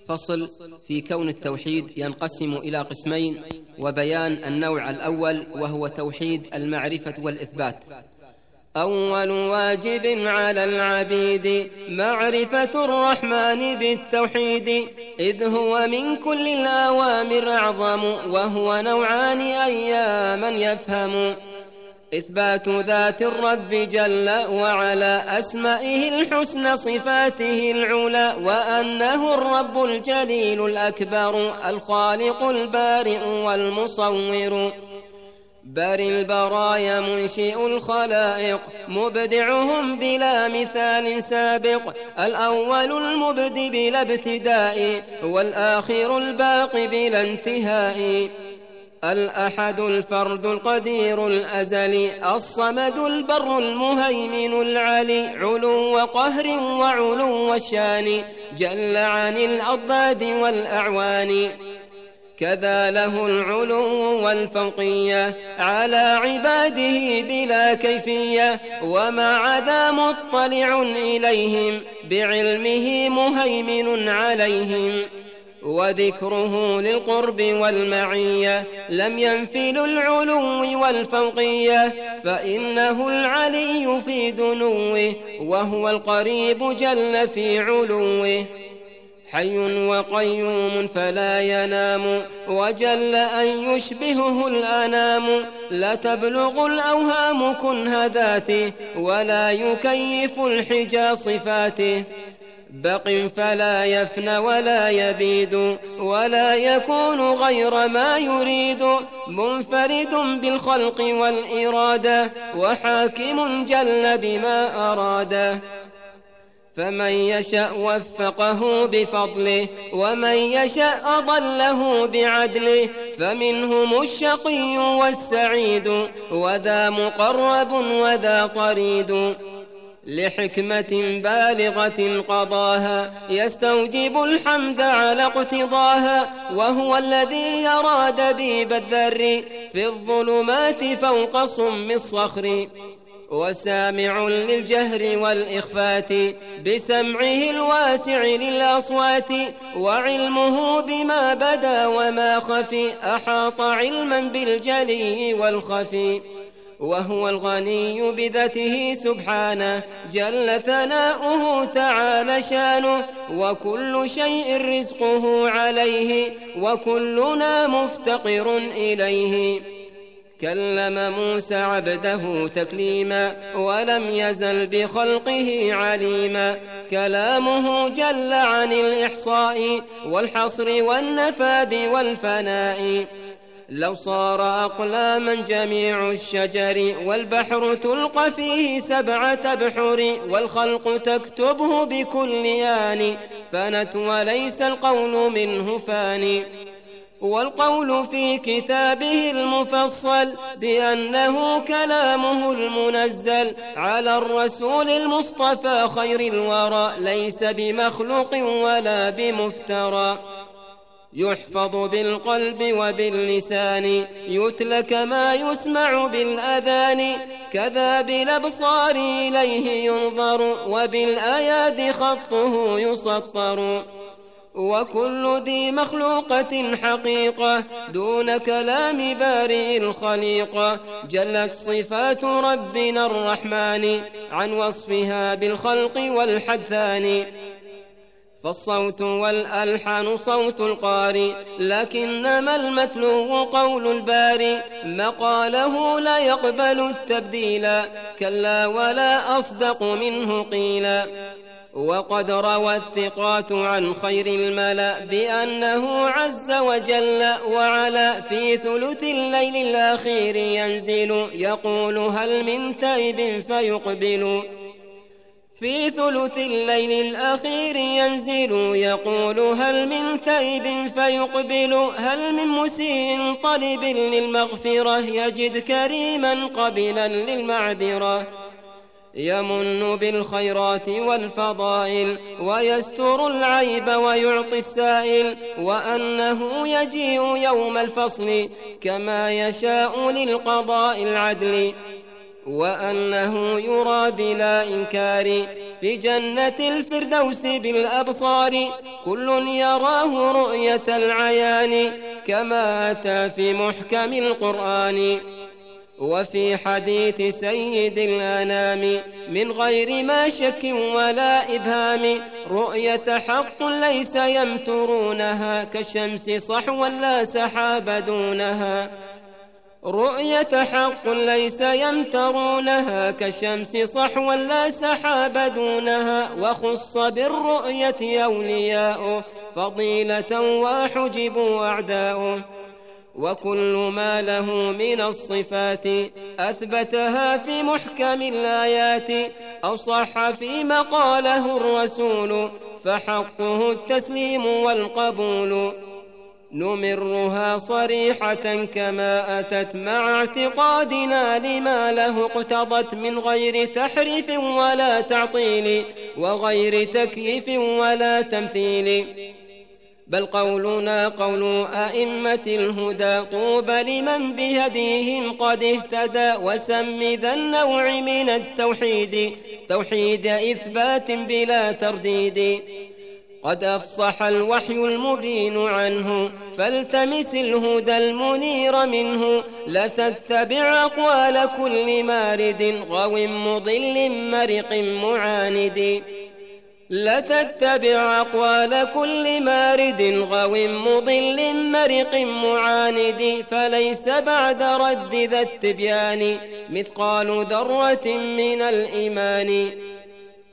فصل في كون التوحيد ينقسم إلى قسمين، وبيان النوع الأول وهو توحيد المعرفة والإثبات. أول واجب على العبيد معرفة الرحمن بالتوحيد، إذ هو من كل الأوامر أعظم، وهو نوعان أيا من يفهم: إثبات ذات الرب جل وعلا، أسمائه الحسنى صفاته العلى، وأنه الرب الجليل الأكبر الخالق البارئ والمصور، باري البرايا منشئ الخلائق، مبدعهم بلا مثال سابق، الأول المبدي بلا ابتداء، والآخر الباقي بلا انتهاء، الأحد الفرد القدير الأزلي، الصمد البر المهيمن العلي، علو قهر وعلو الشان، جل عن الأضداد والأعوان، كذا له العلو والفوقية على عباده بلا كيفية، ومع ذا مطلع إليهم بعلمه مهيمن عليهم، وذكره للقرب والمعية لم ينفل العلو والفوقية، فإنه العلي في دنوه، وهو القريب جل في علوه، حي وقيوم فلا ينام، وجل أن يشبهه الأنام، لا تبلغ الأوهام كنه ذاته، ولا يكيف الحجى صفاته، بق فلا يفنى ولا يبيد، ولا يكون غير ما يريد، منفرد بالخلق والإرادة، وحاكم جل بما أراده، فمن يشأ وفقه بفضله، ومن يشأ أضله بعدله، فمنهم الشقي والسعيد، وذا مقرب وذا طريد، لحكمة بالغة قضاها يستوجب الحمد على اقتضاها، وهو الذي يرى دبيب الذر في الظلمات فوق صم الصخر، وسامع للجهر والإخفات بسمعه الواسع للأصوات، وعلمه بما بدا وما خفي أحاط علما بالجلي والخفي، وهو الغني بذاته سبحانه جل ثناؤه تعالى شانه، وكل شيء رزقه عليه، وكلنا مفتقر إليه، كلم موسى عبده تكليما، ولم يزل بخلقه عليما، كلامه جل عن الإحصاء والحصر والنفاد والفناء، لو صار أقلاما جميع الشجر، والبحر تلقى فيه 7 أبحر، والخلق تكتبه بكل آن، فنت وليس القول منه فاني، والقول في كتابه المفصل بأنه كلامه المنزل على الرسول المصطفى خير الورى، ليس بمخلوق ولا بمفترى، يحفظ بالقلب وباللسان، يتلى كما يسمع بالأذان، كذا بالأبصار إليه ينظر، وبالآيات خطه يسطر، وكل ذي مخلوقة حقيقة دون كلام بارئ الخليقة، جلت صفات ربنا الرحمن عن وصفها بالخلق والحدثان، فالصوت والألحان صوت القارئ، لكنما المتلو قول الباري، مقاله لا يقبل التبديلا، كلا ولا أصدق منه قيلا، وقد روى الثقات عن خير الملأ بأنه عز وجل وعلا في ثلث الليل الأخير ينزل، يقول هل من تائب فيقبل، في ثلث الليل الأخير ينزل، يقول هل من تائب فيقبل، هل من مسيء طالب للمغفرة، يجد كريما قبلا للمعذرة، يمن بالخيرات والفضائل، ويستر العيب ويعطي السائل، وأنه يجيء يوم الفصل كما يشاء للقضاء العدل، وأنه يرى بلا إنكار في جنة الفردوس بالأبصار كل يراه رؤية العيان كما أتى في محكم القرآن وفي حديث سيد الأنام من غير ما شك ولا إبهام رؤية حق ليس يمترونها كالشمس صحوا لا سحاب دونها رؤية حق ليس يمترونها كالشمس صحوا لا سحاب دونها وخص بالرؤية أولياء فضيلة وحجبوا أعداء وكل ما له من الصفات أثبتها في محكم الآيات أو صح فيما قاله الرسول فحقه التسليم والقبول نمرها صريحة كما أتت مع اعتقادنا لما له اقتضت من غير تحريف ولا تعطيل وغير تكييف ولا تمثيل بل قولنا قول أئمة الهدى طوبى لمن بهديهم قد اهتدى وسم ذا النوع من التوحيد توحيد إثبات بلا ترديد قد أفصح الوحي المبين عنه فالتمس الهدى المنير منه لا تتبع أقوال كل مارد غو مضل مرق معاند لا تتبع أقوال كل مارد غو مضل مرق معاند فليس بعد رد ذا التبيان مثقال ذرة من الإيمان